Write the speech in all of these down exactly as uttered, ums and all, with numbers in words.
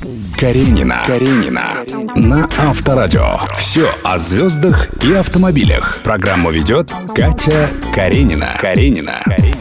Каренина. Каренина. На Авторадио. Все о звездах и автомобилях. Программу ведет Катя Каренина. Каренина.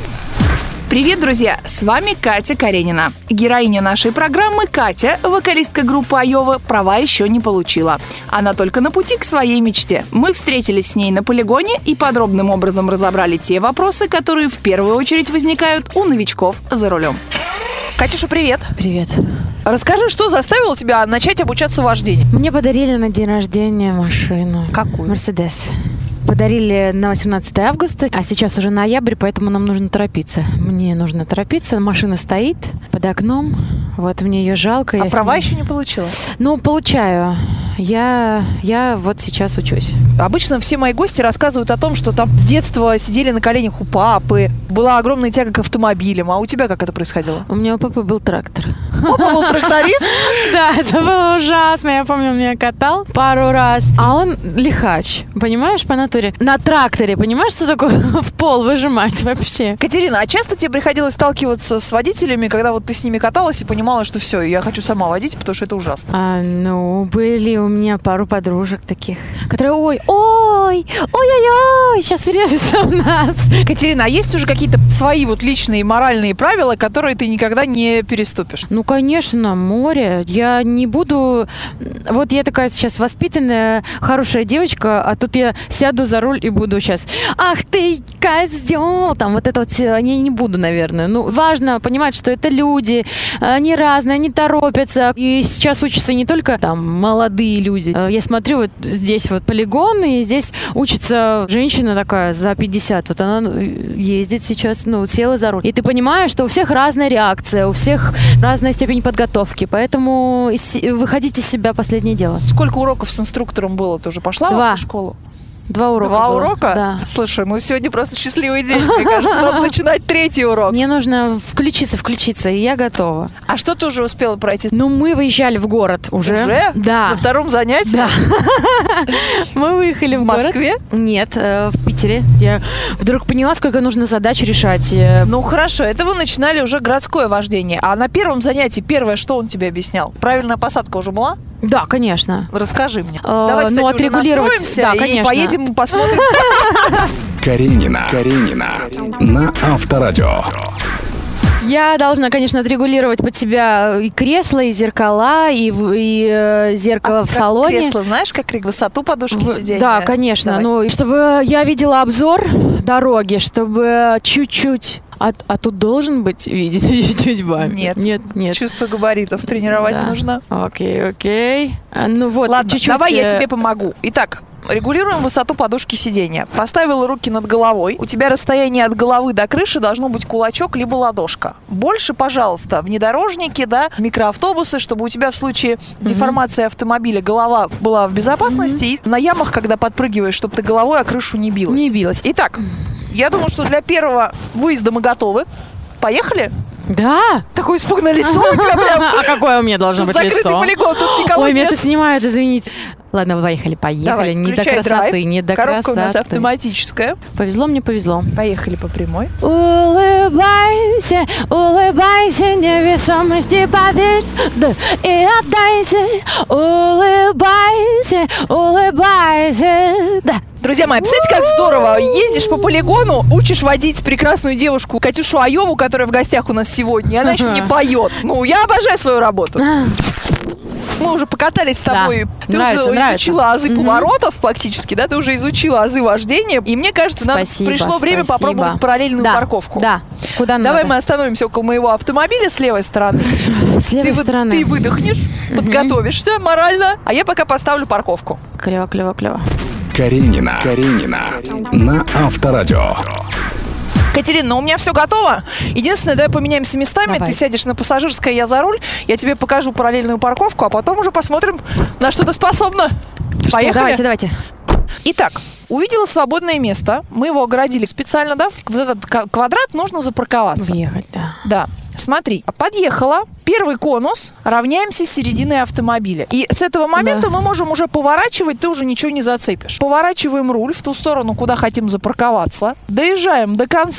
Привет, друзья! С вами Катя Каренина. Героиня нашей программы Катя, вокалистка группы Айова, права еще не получила. Она только на пути к своей мечте. Мы встретились с ней на полигоне и подробным образом разобрали те вопросы, которые в первую очередь возникают у новичков за рулем. Катюша, привет! Привет. Расскажи, что заставило тебя начать обучаться вождению? Мне подарили на день рождения машину. Какую? Мерседес. Подарили на восемнадцатое августа, а сейчас уже ноябрь, поэтому нам нужно торопиться. Мне нужно торопиться. Машина стоит под окном. Вот мне ее жалко. А я права ней... еще не получила? Ну, получаю. Я, я вот сейчас учусь. Обычно все мои гости рассказывают о том, что там с детства сидели на коленях у папы, была огромная тяга к автомобилям. А у тебя как это происходило? У меня у папы был трактор. Папа был тракторист? Да, это было ужасно. Я помню, он меня катал пару раз. А он лихач, понимаешь, по натуре. На тракторе, понимаешь, что такое в пол выжимать вообще? Катерина, а часто тебе приходилось сталкиваться с водителями, когда вот ты с ними каталась и понимала, что все, я хочу сама водить, потому что это ужасно? А, ну, были у меня пару подружек таких, которые, ой, ой, ой-ой-ой, сейчас врежется в нас. Катерина, а есть уже какие-то свои вот личные моральные правила, которые ты никогда не переступишь? Ну, конечно, море. Я не буду... Вот я такая сейчас воспитанная, хорошая девочка, а тут я сяду за руль и буду сейчас, ах ты, козел, там вот это вот, я не буду, наверное. Ну, важно понимать, что это люди, они разные, они торопятся. И сейчас учатся не только там молодые люди. Я смотрю, вот здесь вот полигон, и здесь учится женщина такая за пятьдесят. Вот она ездит сейчас, ну, села за руль. И ты понимаешь, что у всех разная реакция, у всех разная степень подготовки. Поэтому выходить из себя последнее дело. Сколько уроков с инструктором было? Ты уже пошла Два. в школу? Два урока Два было. урока? Да. Слушай, ну сегодня просто счастливый день. Мне кажется, надо начинать третий урок. Мне нужно включиться, включиться, и я готова. А что ты уже успела пройти? Ну, мы выезжали в город уже. Уже? Да. На втором занятии? Да. Мы выехали в, В город. Москве? Нет, э, в Питере. Я вдруг поняла, сколько нужно задач решать. Ну, хорошо, это вы начинали уже городское вождение. А на первом занятии первое, что он тебе объяснял? Правильная посадка уже была? Да, конечно. Расскажи мне. Э, Давай, кстати, ну, уже отрегулировать- настроимся да, и конечно. поедем посмотрим. Каренина. Каренина. На Авторадио. Я должна, конечно, отрегулировать под себя и кресло, и зеркала, и, в- и э, зеркало А в как салоне. Кресло, знаешь, как высоту подушки В- сиденья? Да, конечно. Давай. Ну, и чтобы я видела обзор дороги, чтобы чуть-чуть... А, а тут должен быть видеть чуть-чуть бампер? Нет. Нет, нет. Чувство габаритов тренировать Да. нужно. Окей, окей. А, ну вот, Ладно, чуть-чуть... давай я э, тебе помогу. Итак, регулируем высоту подушки сиденья. Поставила руки над головой. У тебя расстояние от головы до крыши должно быть кулачок либо ладошка. Больше, пожалуйста, внедорожники, да, микроавтобусы, чтобы у тебя в случае деформации автомобиля голова была в безопасности. И на ямах, когда подпрыгиваешь, чтобы ты головой о крышу не билась. Не билась. Итак, я думаю, что для первого выезда мы готовы. Поехали? Да? Такое испуганное лицо у тебя прям. А какое у меня должно Тут быть закрытый лицо? полигон, тут никого Ой, меня нет. тут снимают, извините. Ладно, поехали, поехали. Давай, не до включай красоты, драйв. не до Коробка красоты. у нас автоматическая. Повезло мне, повезло. Поехали по прямой. Улыбайся, улыбайся, невесомости поверь, да, и отдайся. Улыбайся, улыбайся, да. Друзья мои, представляете, как здорово. Ездишь по полигону, учишь водить прекрасную девушку Катюшу Айову, которая в гостях у нас сегодня, и она еще не поет. Ну, я обожаю свою работу. Мы уже покатались с тобой. Да. Ты Нравится, уже нравится. изучила азы Мгм. поворотов фактически, да? Ты уже изучила азы вождения. И мне кажется, нам Спасибо, пришло время спасибо. попробовать параллельную Да, парковку. Да. Куда Давай надо? мы остановимся около моего автомобиля с левой стороны. С левой Ты, вы- стороны. ты выдохнешь, подготовишься морально, а я пока поставлю парковку. Клево, клево, клево. Каренина. Каренина. На Авторадио. Катерина, ну у меня все готово. Единственное, давай поменяемся местами. Давай. Ты сядешь на пассажирское, я за руль. Я тебе покажу параллельную парковку, а потом уже посмотрим, на что ты способна. Что, Поехали? давайте, давайте. Итак, увидела свободное место. Мы его огородили специально, да? В этот к- квадрат нужно запарковаться. Въехать, да. Да. Смотри, подъехала, первый конус, равняемся с серединой автомобиля. И с этого момента Да. мы можем уже поворачивать, ты уже ничего не зацепишь. Поворачиваем руль в ту сторону, куда хотим запарковаться. Доезжаем до конца.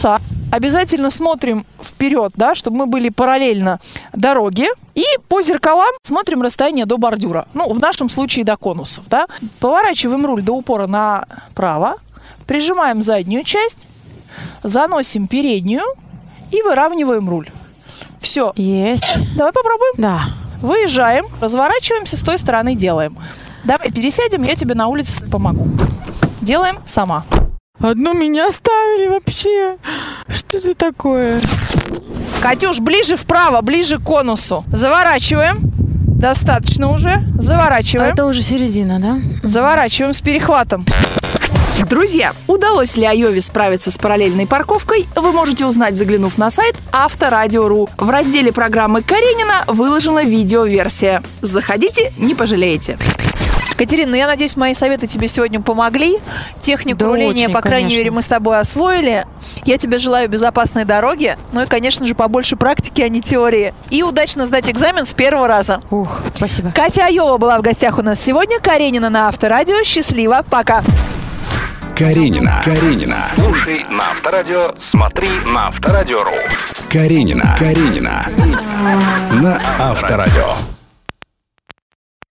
обязательно смотрим вперед, да, чтобы мы были параллельно дороге. И по зеркалам смотрим расстояние до бордюра. Ну, в нашем случае до конусов, да. Поворачиваем руль до упора направо, прижимаем заднюю часть, заносим переднюю и выравниваем руль. Все. Есть. Давай попробуем. Да. Выезжаем, разворачиваемся, с той стороны делаем. Давай пересядем, я тебе на улице помогу. Делаем сама. Одну меня оставили вообще. Что это такое? Катюш, ближе вправо, ближе к конусу. Заворачиваем. Достаточно уже. Заворачиваем. Это уже середина, да? Заворачиваем с перехватом. Друзья, удалось ли Айове справиться с параллельной парковкой, вы можете узнать, заглянув на сайт Авторадио точка ру. В разделе программы Каренина выложена видеоверсия. Заходите, не пожалеете. Катерина, ну я надеюсь, мои советы тебе сегодня помогли. Технику Да руления, очень, по крайней конечно. мере, мы с тобой освоили. Я тебе желаю безопасной дороги, ну и, конечно же, побольше практики, а не теории. И удачно сдать экзамен с первого раза. Ух, спасибо. Катя Айова была в гостях у нас сегодня. Каренина на Авторадио. Счастливо. Пока. Каренина. Каренина. Слушай на Авторадио, смотри на Авторадио точка ру. Каренина. Каренина. На Авторадио.